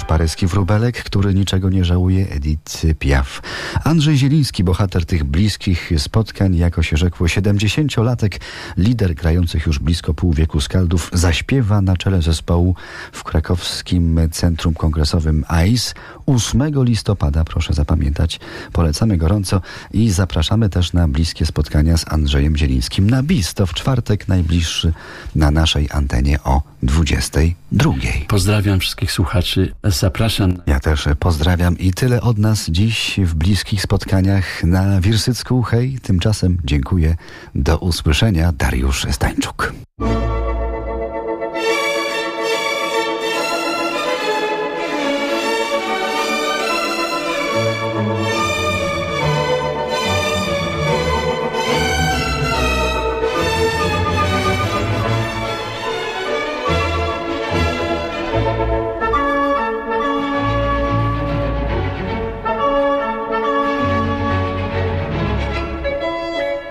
Dariusz Paryski-Wróbelek, który niczego nie żałuje, Edith Piaf. Andrzej Zieliński, bohater tych bliskich spotkań, jako się rzekło 70-latek, lider grających już blisko pół wieku skaldów, zaśpiewa na czele zespołu w krakowskim Centrum Kongresowym AIS 8 listopada, proszę zapamiętać. Polecamy gorąco i zapraszamy też na bliskie spotkania z Andrzejem Zielińskim na BIS. To w czwartek najbliższy na naszej antenie o 22. Pozdrawiam wszystkich słuchaczy. Zapraszam. Ja też pozdrawiam i tyle od nas dziś w bliskich spotkaniach na Wirsycku. Hej, tymczasem dziękuję. Do usłyszenia. Dariusz Stańczuk.